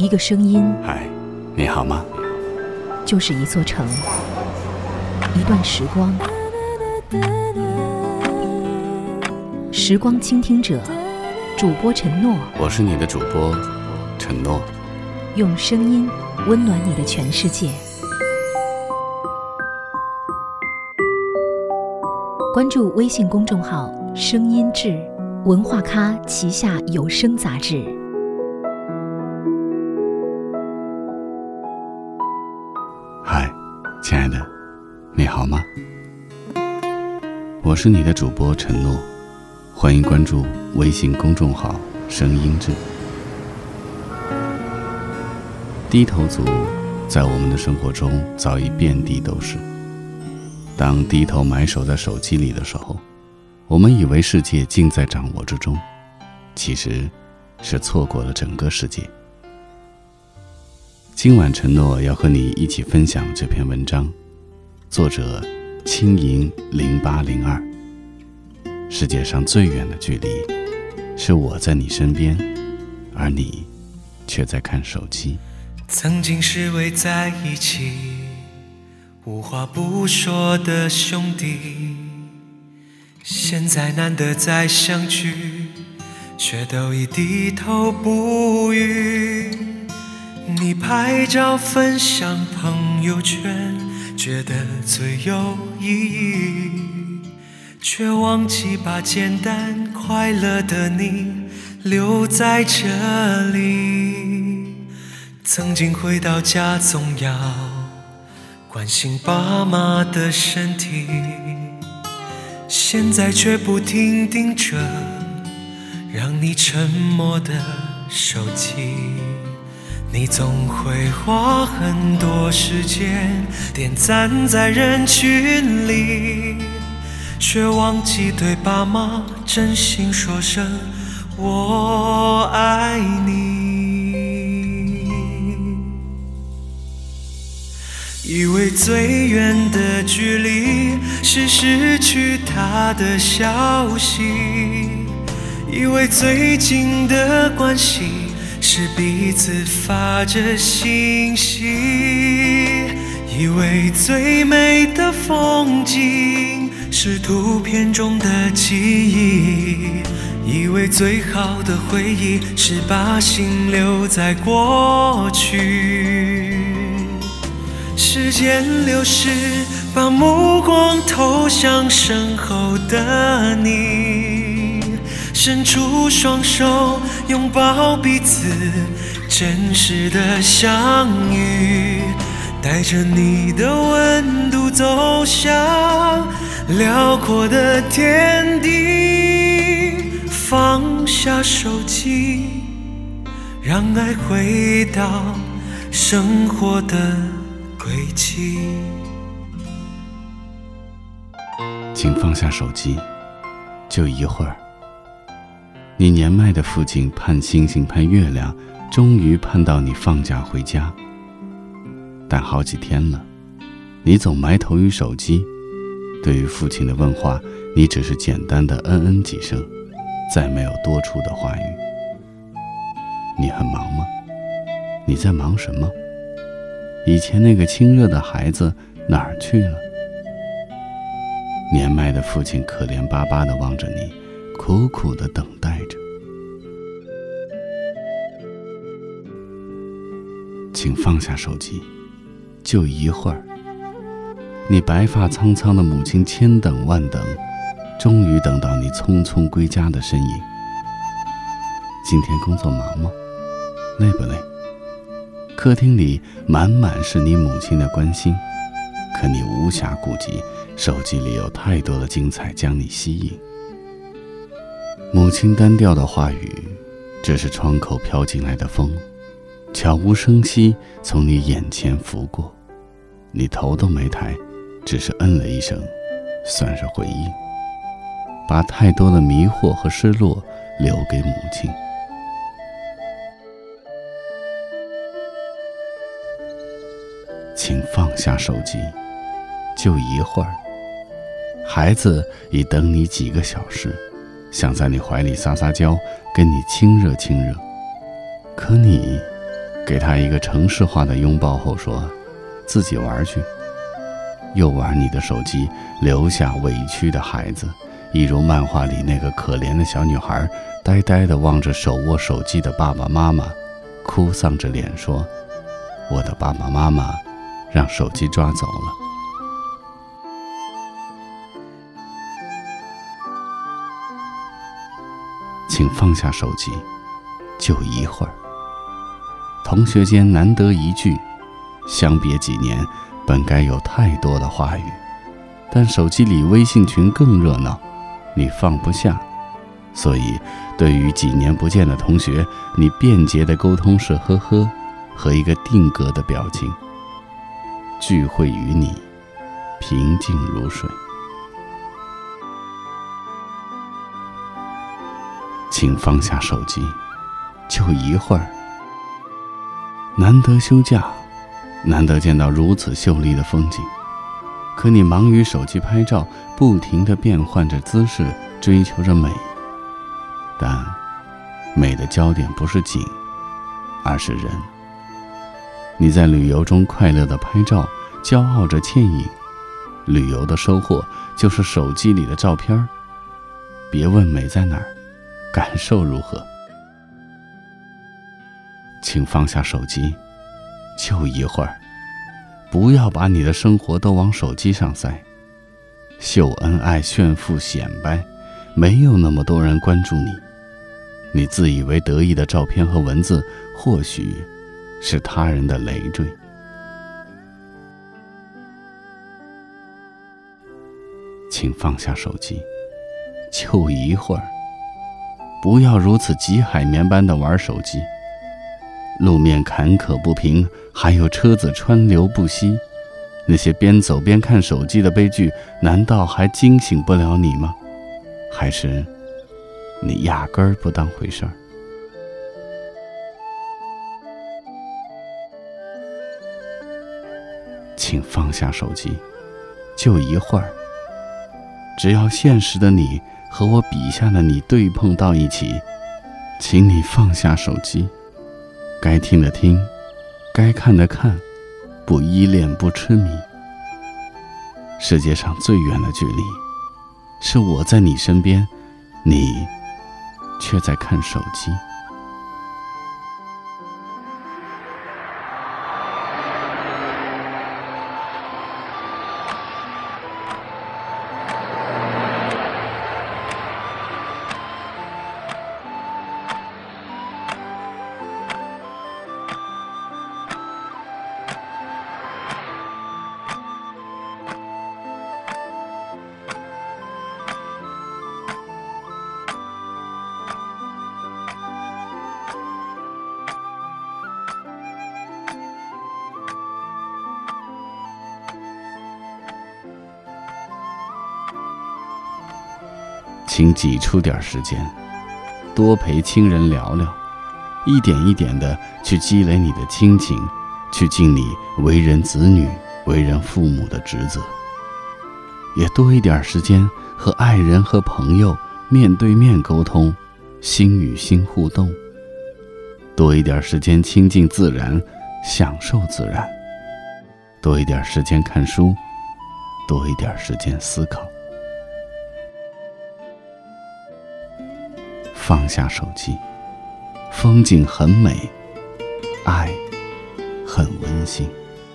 一个声音， 嗨，你好吗？ 就是一座城，一段时光。时光倾听者，主播陈诺。 我是你的主播陈诺， 用声音温暖你的全世界。关注微信公众号声音志，文化咖旗下有声杂志。 嗨，亲爱的，你好吗？我是你的主播陈诺，欢迎关注微信公众号声音志。低头族在我们的生活中早已遍地都是。当低头埋首在手机里的时候，我们以为世界尽在掌握之中，其实是错过了整个世界。今晚承诺要和你一起分享这篇文章，作者轻盈0802。世界上最远的距离，是我在你身边，而你却在看手机。 曾经是围在一起无话不说的兄弟，现在难得再相聚，却都已低头不语。你拍照分享朋友圈，觉得最有意义，却忘记把简单快乐的你留在这里。曾经回到家总要关心爸妈的身体，现在却不停盯着让你沉默的手机。你总会花很多时间点赞在人群里，却忘记对爸妈真心说声我爱你。以为最远的距离是失去他的消息，以为最近的关系是彼此发着信息，以为最美的风景是图片中的记忆，以为最好的回忆是把心留在过去。时间流逝，把目光投向身后的你，伸出双手拥抱彼此，真实的相遇，带着你的温度走向辽阔的天地。放下手机，让爱回到生活的轨迹。 请放下手机，就一会儿。你年迈的父亲盼星星盼月亮，终于盼到你放假回家，但好几天了，你总埋头于手机。对于父亲的问话，你只是简单的嗯几声，再没有多出的话语。你很忙吗？你在忙什么？以前那个亲热的孩子哪儿去了？年迈的父亲可怜巴巴地望着你，苦苦地等待着。请放下手机，就一会儿。你白发苍苍的母亲千等万等，终于等到你匆匆归家的身影。今天工作忙吗？累不累？客厅里满满是你母亲的关心，可你无暇顾及，手机里有太多的精彩将你吸引。母亲单调的话语，只是窗口飘进来的风，悄无声息从你眼前拂过，你头都没抬，只是嗯了一声，算是回应，把太多的迷惑和失落留给母亲。请放下手机，就一会儿。孩子已等你几个小时，想在你怀里撒撒娇，跟你亲热亲热，可你给他一个城市化的拥抱后说，自己玩去。又玩你的手机，留下委屈的孩子，一如漫画里那个可怜的小女孩，呆呆地望着手握手机的爸爸妈妈，哭丧着脸说，我的爸爸妈妈让手机抓走了。请放下手机，就一会儿。同学间难得一聚，相别几年，本该有太多的话语，但手机里微信群更热闹，你放不下，所以对于几年不见的同学，你便捷的沟通是呵呵和一个定格的表情。聚会与你平静如水。请放下手机，就一会儿。难得休假，难得见到如此秀丽的风景，可你忙于手机拍照，不停地变换着姿势，追求着美。但美的焦点不是景，而是人。你在旅游中快乐地拍照，骄傲着倩影，旅游的收获就是手机里的照片。别问美在哪儿，感受如何。请放下手机，就一会儿。不要把你的生活都往手机上塞，秀恩爱、炫富、显摆，没有那么多人关注你。你自以为得意的照片和文字，或许是他人的累赘。请放下手机，就一会儿。不要如此急海绵般的玩手机。路面坎坷不平，还有车子川流不息，那些边走边看手机的悲剧，难道还惊醒不了你吗？还是你压根儿不当回事儿？请放下手机，就一会儿。只要现实的你和我笔下的你对碰到一起，请你放下手机，该听的听，该看的看，不依恋，不痴迷。世界上最远的距离，是我在你身边，你却在看手机。请挤出点时间，多陪亲人聊聊，一点一点地去积累你的亲情，去尽你为人子女、为人父母的职责。也多一点时间和爱人和朋友面对面沟通，心与心互动。多一点时间亲近自然，享受自然。多一点时间看书，多一点时间思考。放下手机，风景很美，爱很温馨。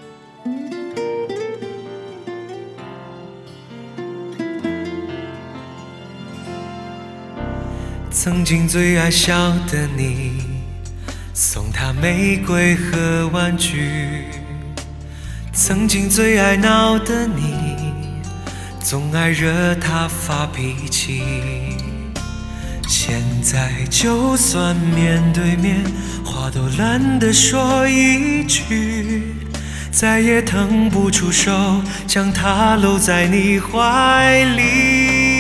曾经最爱笑的你，送她玫瑰和玩具。曾经最爱闹的你，总爱惹她发脾气。现在就算面对面，话都懒得说一句，再也腾不出手将她搂在你怀里。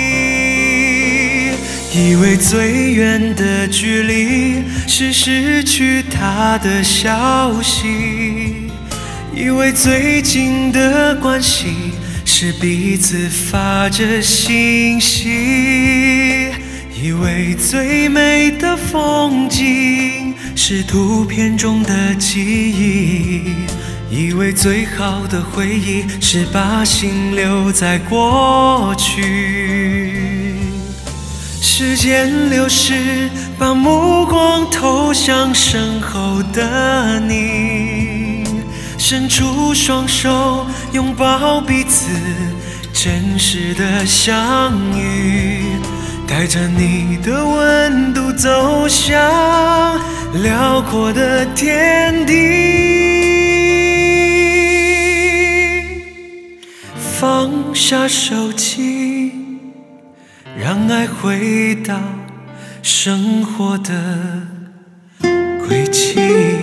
以为最远的距离是失去她的消息，以为最近的关系是彼此发着信息。 以为最美的风景是图片中的记忆，以为最好的回忆是把心留在过去。时间流逝，把目光投向身后的你，伸出双手拥抱彼此，真实的相遇，带着你的温度走向辽阔的天地。放下手机，让爱回到生活的轨迹。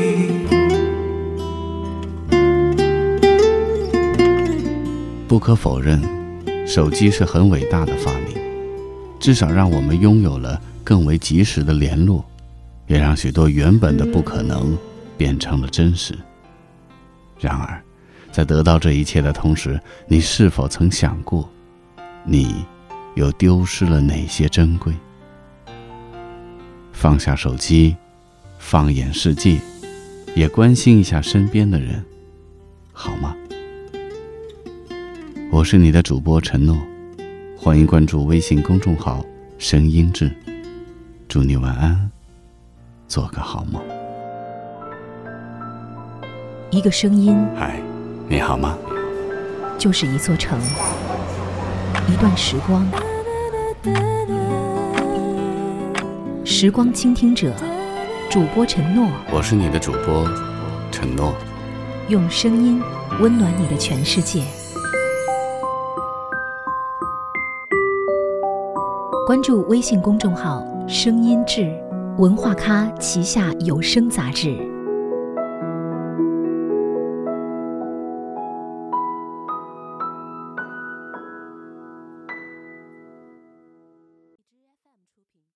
不可否认，手机是很伟大的发明，至少让我们拥有了更为及时的联络，也让许多原本的不可能变成了真实。然而，在得到这一切的同时，你是否曾想过，你又丢失了哪些珍贵？放下手机，放眼世界，也关心一下身边的人，好吗？我是你的主播陈诺，欢迎关注微信公众号声音志，祝你晚安，做个好梦。 一个声音， 嗨，你好吗？ 就是一座城，一段时光。时光倾听者，主播陈诺， 我是你的主播陈诺， 用声音温暖你的全世界。关注微信公众号声音志，文化咖旗下有声杂志。